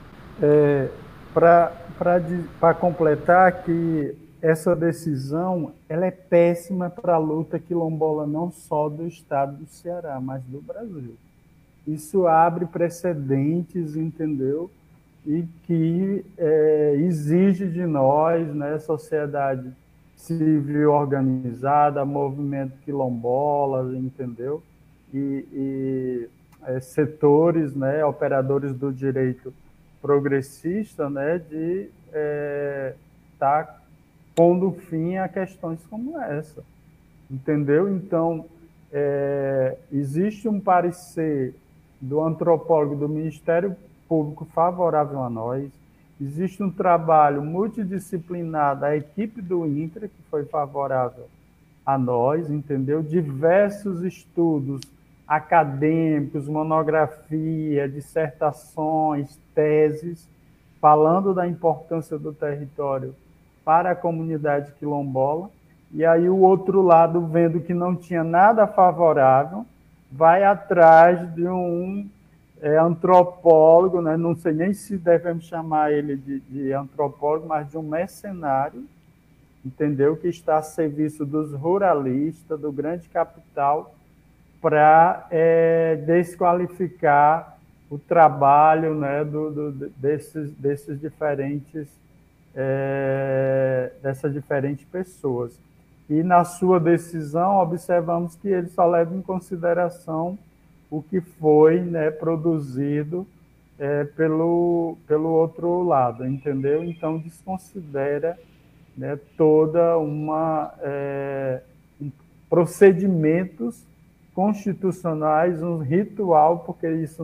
Para completar, que essa decisão ela é péssima para a luta quilombola não só do estado do Ceará, mas do Brasil. Isso abre precedentes, entendeu? E que exige de nós, né, sociedade civil organizada, movimento quilombolas, entendeu? Setores, né, operadores do direito progressista, né, de estar pondo fim a questões como essa, entendeu? Então, existe um parecer do antropólogo do Ministério Público favorável a nós, existe um trabalho multidisciplinar da equipe do INCRA, que foi favorável a nós, entendeu? Diversos estudos acadêmicos, monografia, dissertações, teses, falando da importância do território para a comunidade quilombola, e aí o outro lado, vendo que não tinha nada favorável, vai atrás de um antropólogo, né? Não sei nem se devemos chamar ele de antropólogo, mas de um mercenário, entendeu? Que está a serviço dos ruralistas, do grande capital, para desqualificar o trabalho, né, dessas diferentes pessoas. E na sua decisão, observamos que ele só leva em consideração o que foi, né, produzido pelo outro lado, entendeu? Então, desconsidera, né, toda procedimentos constitucionais, um ritual, porque isso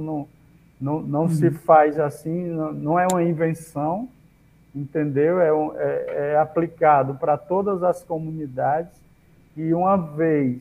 não se faz assim, não é uma invenção, entendeu? É aplicado para todas as comunidades, e uma vez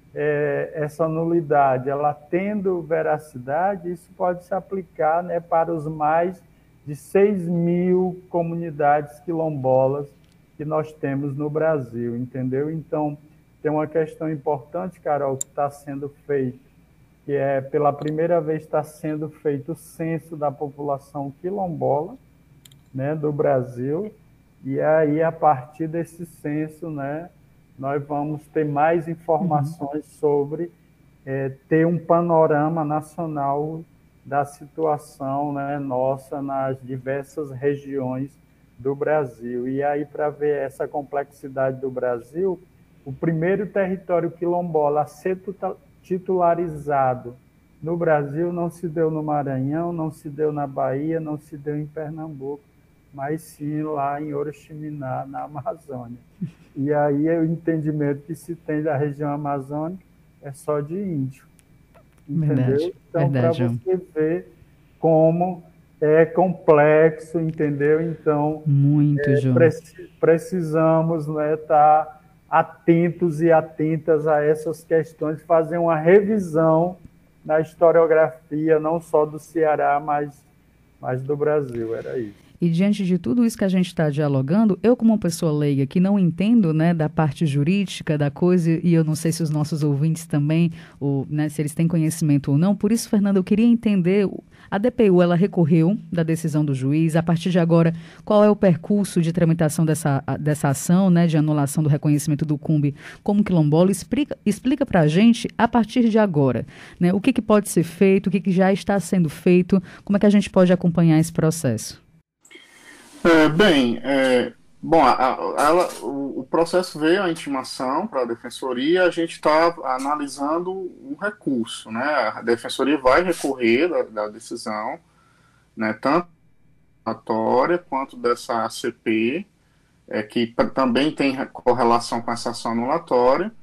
essa nulidade, ela tendo veracidade, isso pode se aplicar, né, para os mais de 6.000 comunidades quilombolas que nós temos no Brasil, entendeu? Então, tem uma questão importante, Carol, que está sendo feita, que pela primeira vez está sendo feito o censo da população quilombola, né, do Brasil, e aí, a partir desse censo, né, nós vamos ter mais informações sobre ter um panorama nacional da situação, né, nossa nas diversas regiões do Brasil. E aí, para ver essa complexidade do Brasil, o primeiro território quilombola a ser titularizado no Brasil não se deu no Maranhão, não se deu na Bahia, não se deu em Pernambuco, mas sim lá em Oriximiná, na Amazônia. E aí o entendimento que se tem da região amazônica é só de índio, entendeu? Verdade, então, para você ver como é complexo, entendeu? Então, muito, João. Precisamos, né, estar atentos e atentas a essas questões, fazer uma revisão na historiografia, não só do Ceará, mas do Brasil, era isso. E diante de tudo isso que a gente está dialogando, eu como uma pessoa leiga que não entendo, né, da parte jurídica da coisa, e eu não sei se os nossos ouvintes também, ou, né, se eles têm conhecimento ou não, por isso, Fernanda, eu queria entender, a DPU, ela recorreu da decisão do juiz, a partir de agora, qual é o percurso de tramitação dessa ação, né, de anulação do reconhecimento do CUMB como quilombola? Explica para a gente, a partir de agora, né, o que pode ser feito, o que já está sendo feito, como é que a gente pode acompanhar esse processo? Bom, o processo veio, a intimação para a Defensoria, a gente está analisando o recurso, né? A Defensoria vai recorrer da decisão, né, tanto da relatória quanto dessa ACP, que também tem correlação com essa ação anulatória.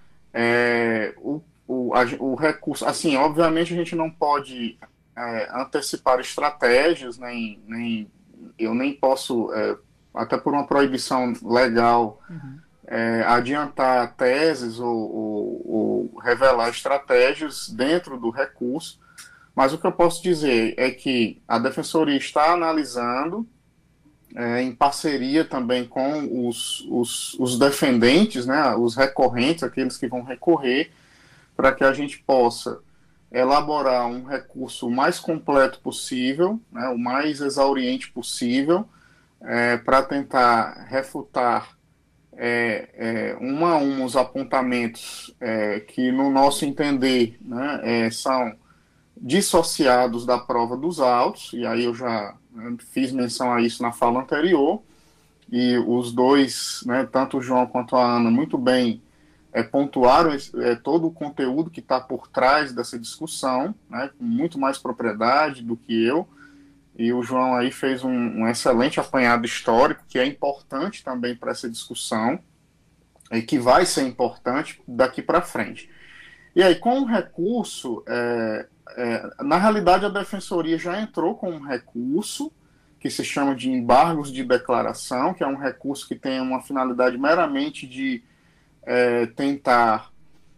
O recurso, assim, obviamente a gente não pode antecipar estratégias, eu nem posso, até por uma proibição legal, adiantar teses ou revelar estratégias dentro do recurso, mas o que eu posso dizer é que a Defensoria está analisando, em parceria também com os defendentes, né, os recorrentes, aqueles que vão recorrer, para que a gente possa elaborar um recurso o mais completo possível, né, o mais exauriente possível, para tentar refutar um a um os apontamentos que, no nosso entender, né, são dissociados da prova dos autos, e aí eu já fiz menção a isso na fala anterior, e os dois, né, tanto o João quanto a Ana, muito bem pontuaram todo o conteúdo que está por trás dessa discussão, né, com muito mais propriedade do que eu, e o João aí fez um excelente apanhado histórico, que é importante também para essa discussão, e que vai ser importante daqui para frente. E aí, com o recurso, na realidade, a Defensoria já entrou com um recurso que se chama de embargos de declaração, que é um recurso que tem uma finalidade meramente de tentar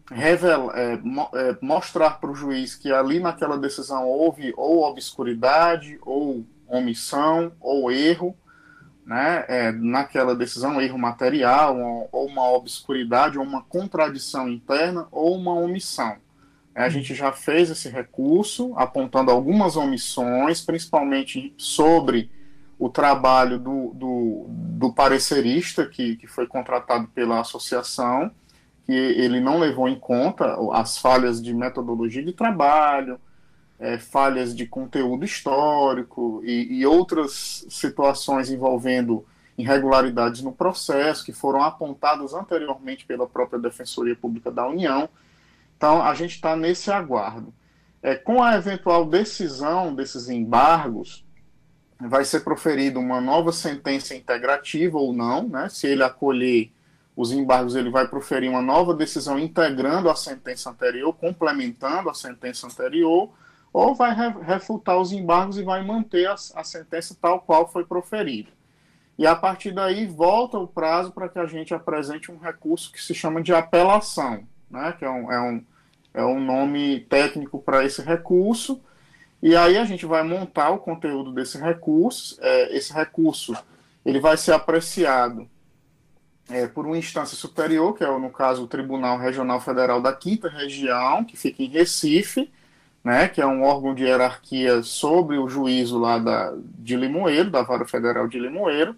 mostrar para o juiz que ali naquela decisão houve ou obscuridade, ou omissão, ou erro, né, naquela decisão, erro material, ou uma obscuridade, ou uma contradição interna, ou uma omissão. A gente já fez esse recurso, apontando algumas omissões, principalmente sobre o trabalho do parecerista, que foi contratado pela associação, que ele não levou em conta as falhas de metodologia de trabalho, falhas de conteúdo histórico e outras situações envolvendo irregularidades no processo, que foram apontadas anteriormente pela própria Defensoria Pública da União. Então, a gente está nesse aguardo. Com a eventual decisão desses embargos, vai ser proferida uma nova sentença integrativa ou não, né? Se ele acolher os embargos, ele vai proferir uma nova decisão integrando a sentença anterior, complementando a sentença anterior, ou vai refutar os embargos e vai manter a sentença tal qual foi proferida. E a partir daí volta o prazo para que a gente apresente um recurso que se chama de apelação, né? Que é um nome técnico para esse recurso. E aí a gente vai montar o conteúdo desse recurso. Esse recurso ele vai ser apreciado por uma instância superior, que é, no caso, o Tribunal Regional Federal da 5ª Região, que fica em Recife, né, que é um órgão de hierarquia sobre o juízo lá de Limoeiro, da Vara Federal de Limoeiro.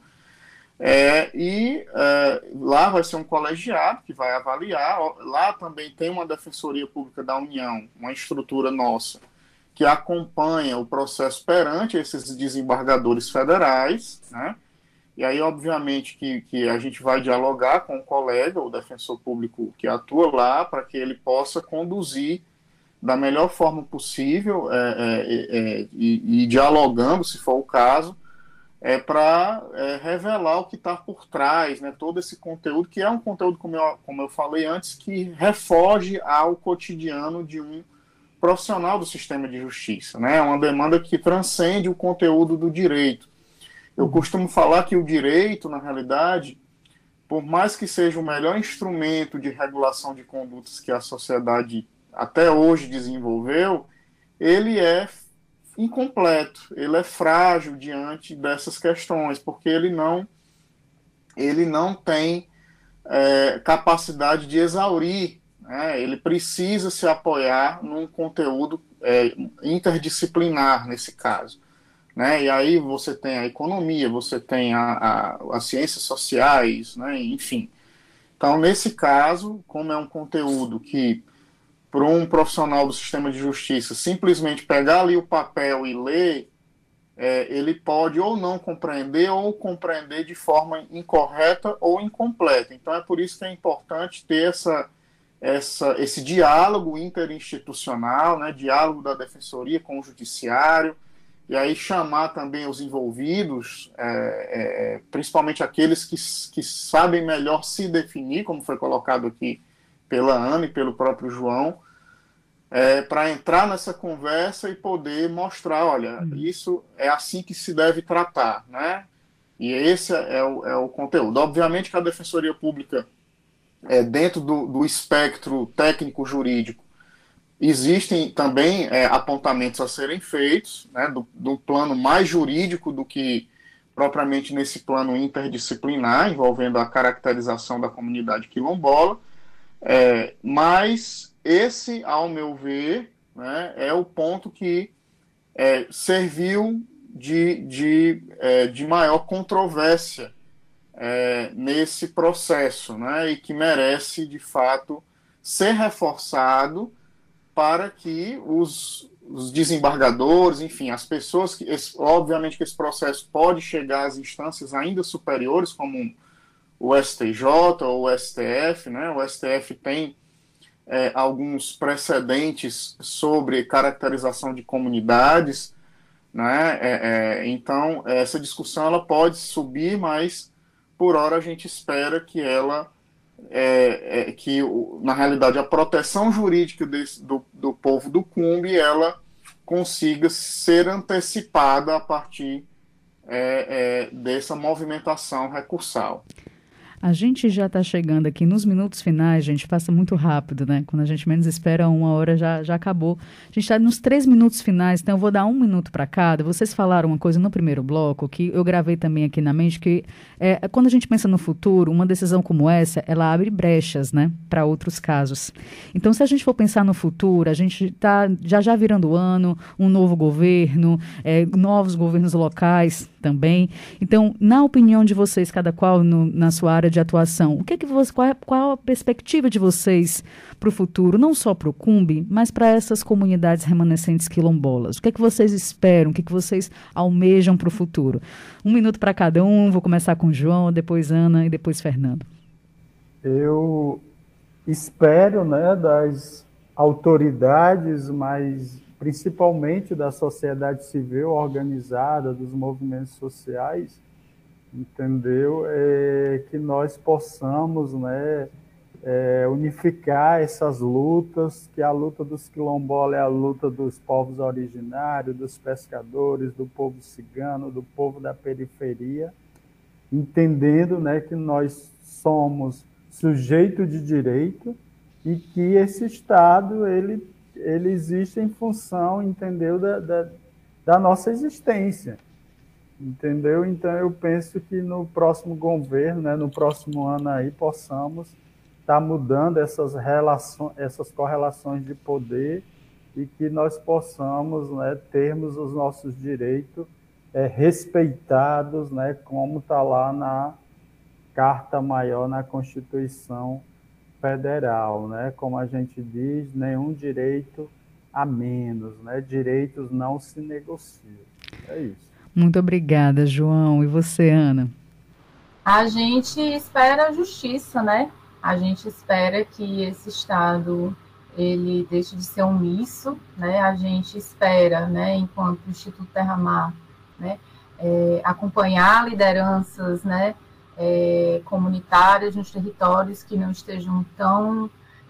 Lá vai ser um colegiado que vai avaliar. Lá também tem uma Defensoria Pública da União, uma estrutura nossa, que acompanha o processo perante esses desembargadores federais, né? E aí, obviamente, que a gente vai dialogar com o colega, o defensor público que atua lá, para que ele possa conduzir da melhor forma possível e dialogando, se for o caso, para revelar o que está por trás, né? Todo esse conteúdo, que é um conteúdo, como eu falei antes, que refoge ao cotidiano de um profissional do sistema de justiça, né? É uma demanda que transcende o conteúdo do direito. Eu costumo falar que o direito, na realidade, por mais que seja o melhor instrumento de regulação de condutas que a sociedade até hoje desenvolveu, ele é incompleto, ele é frágil diante dessas questões, porque ele não tem capacidade de exaurir, né? Ele precisa se apoiar num conteúdo interdisciplinar, nesse caso, né? E aí você tem a economia, você tem as ciências sociais, né? Enfim. Então, nesse caso, como é um conteúdo que, para um profissional do sistema de justiça, simplesmente pegar ali o papel e ler, ele pode ou não compreender, ou compreender de forma incorreta ou incompleta. Então, é por isso que é importante ter esse diálogo interinstitucional, né, diálogo da Defensoria com o Judiciário, e aí chamar também os envolvidos, principalmente aqueles que sabem melhor se definir, como foi colocado aqui pela Ana e pelo próprio João, para entrar nessa conversa e poder mostrar, olha, isso é assim que se deve tratar, né? E esse é o conteúdo. Obviamente que a Defensoria Pública, dentro do espectro técnico-jurídico, existem também apontamentos a serem feitos, né, do plano mais jurídico do que propriamente nesse plano interdisciplinar, envolvendo a caracterização da comunidade quilombola, mas esse, ao meu ver, né, é o ponto que serviu de maior controvérsia nesse processo, né, e que merece, de fato, ser reforçado para que os os desembargadores, enfim, as pessoas que, obviamente que esse processo pode chegar às instâncias ainda superiores, como o STJ ou o STF, né? O STF tem alguns precedentes sobre caracterização de comunidades, né? Então, essa discussão ela pode subir, mas por hora a gente espera que ela, na realidade, a proteção jurídica do povo do Cumbe, ela consiga ser antecipada a partir dessa movimentação recursal. A gente já está chegando aqui nos minutos finais, gente, passa muito rápido, né? Quando a gente menos espera, 1 hora já acabou. A gente está nos 3 minutos finais, então eu vou dar 1 minuto para cada. Vocês falaram uma coisa no primeiro bloco, que eu gravei também aqui na mente, que quando a gente pensa no futuro, uma decisão como essa, ela abre brechas, né? Para outros casos. Então, se a gente for pensar no futuro, a gente está já virando ano, um novo governo, novos governos locais também. Então, na opinião de vocês, cada qual na sua área de atuação, qual a perspectiva de vocês para o futuro, não só para o Cumbe, mas para essas comunidades remanescentes quilombolas? O que vocês esperam, o que vocês almejam para o futuro? 1 minuto para cada um, vou começar com o João, depois Ana e depois Fernando. Eu espero, né, das autoridades, mas principalmente da sociedade civil organizada, dos movimentos sociais, entendeu? Que nós possamos, né, unificar essas lutas, que a luta dos quilombolas é a luta dos povos originários, dos pescadores, do povo cigano, do povo da periferia, entendendo, né, que nós somos sujeito de direito e que esse Estado, ele existe em função, entendeu, da nossa existência. Entendeu? Então, eu penso que no próximo governo, né, no próximo ano aí, possamos estar mudando essas correlações de poder e que nós possamos, né, termos os nossos direitos respeitados, né, como está lá na Carta Maior, na Constituição Federal, né? Como a gente diz, nenhum direito a menos, né? Direitos não se negociam. É isso. Muito obrigada, João. E você, Ana? A gente espera a justiça, né? A gente espera que esse Estado ele deixe de ser omisso, né? A gente espera, né, enquanto Instituto Terra Mar, né, acompanhar lideranças, né, comunitárias nos territórios que não estejam tão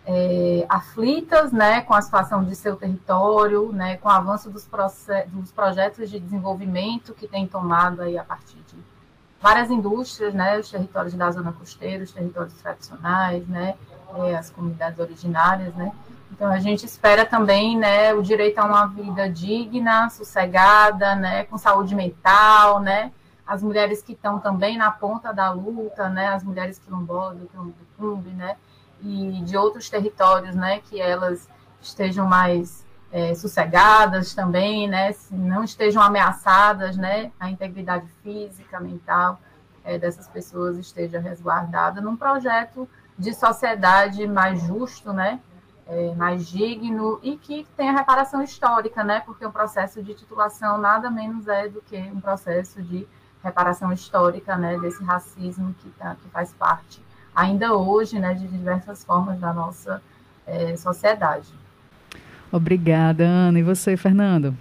aflitas, né, com a situação de seu território, né, com o avanço dos projetos de desenvolvimento que tem tomado aí a partir de várias indústrias, né, os territórios da zona costeira, os territórios tradicionais, né, as comunidades originárias, né. Então a gente espera também, né, o direito a uma vida digna, sossegada, né, com saúde mental, né. As mulheres que estão também na ponta da luta, né, as mulheres quilombolas, do Cumbe, né, e de outros territórios, né, que elas estejam mais sossegadas também, né, não estejam ameaçadas, né, a integridade física, mental dessas pessoas esteja resguardada num projeto de sociedade mais justo, né, mais digno e que tenha reparação histórica, né, porque o processo de titulação nada menos é do que um processo de reparação histórica, né, desse racismo que faz parte ainda hoje, né, de diversas formas da nossa sociedade. Obrigada, Ana. E você, Fernando?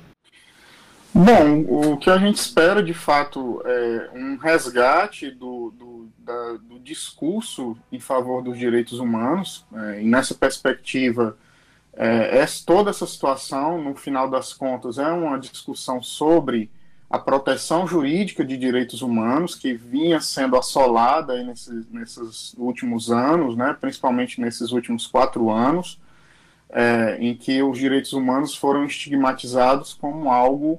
Bom, o que a gente espera, de fato, é um resgate do discurso em favor dos direitos humanos, e nessa perspectiva, toda essa situação, no final das contas, é uma discussão sobre a proteção jurídica de direitos humanos, que vinha sendo assolada aí nesses últimos anos, né, principalmente nesses últimos 4 anos, em que os direitos humanos foram estigmatizados como algo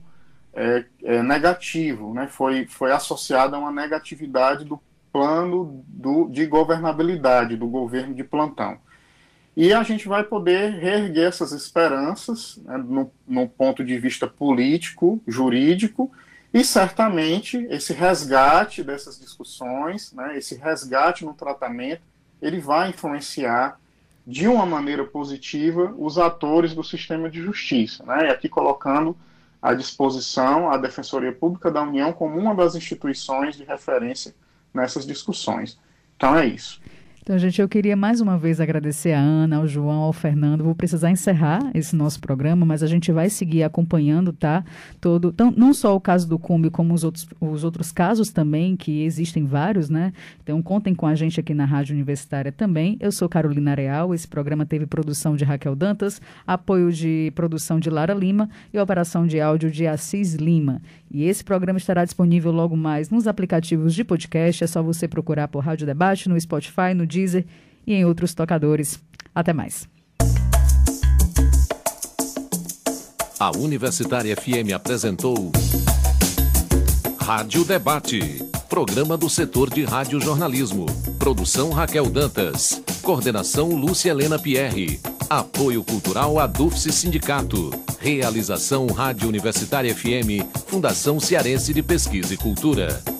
negativo, né, foi associado a uma negatividade do plano de governabilidade, do governo de plantão. E a gente vai poder reerguer essas esperanças, né, no ponto de vista político, jurídico, e certamente esse resgate dessas discussões, né, esse resgate no tratamento, ele vai influenciar de uma maneira positiva, os atores do sistema de justiça, né? E aqui colocando à disposição a Defensoria Pública da União como uma das instituições de referência nessas discussões. Então é isso. Então, gente, eu queria mais uma vez agradecer a Ana, ao João, ao Fernando. Vou precisar encerrar esse nosso programa, mas a gente vai seguir acompanhando, tá? Então, não só o caso do Cumbe, como os outros casos também, que existem vários, né? Então, contem com a gente aqui na Rádio Universitária também. Eu sou Carolina Areal, esse programa teve produção de Raquel Dantas, apoio de produção de Lara Lima e operação de áudio de Assis Lima. E esse programa estará disponível logo mais nos aplicativos de podcast, é só você procurar por Rádio Debate, no Spotify, no Deezer e em outros tocadores. Até mais. A Universitária FM apresentou Rádio Debate, programa do setor de radiojornalismo. Produção Raquel Dantas. Coordenação Lúcia Helena Pierre. Apoio cultural Adufse Sindicato. Realização Rádio Universitária FM, Fundação Cearense de Pesquisa e Cultura.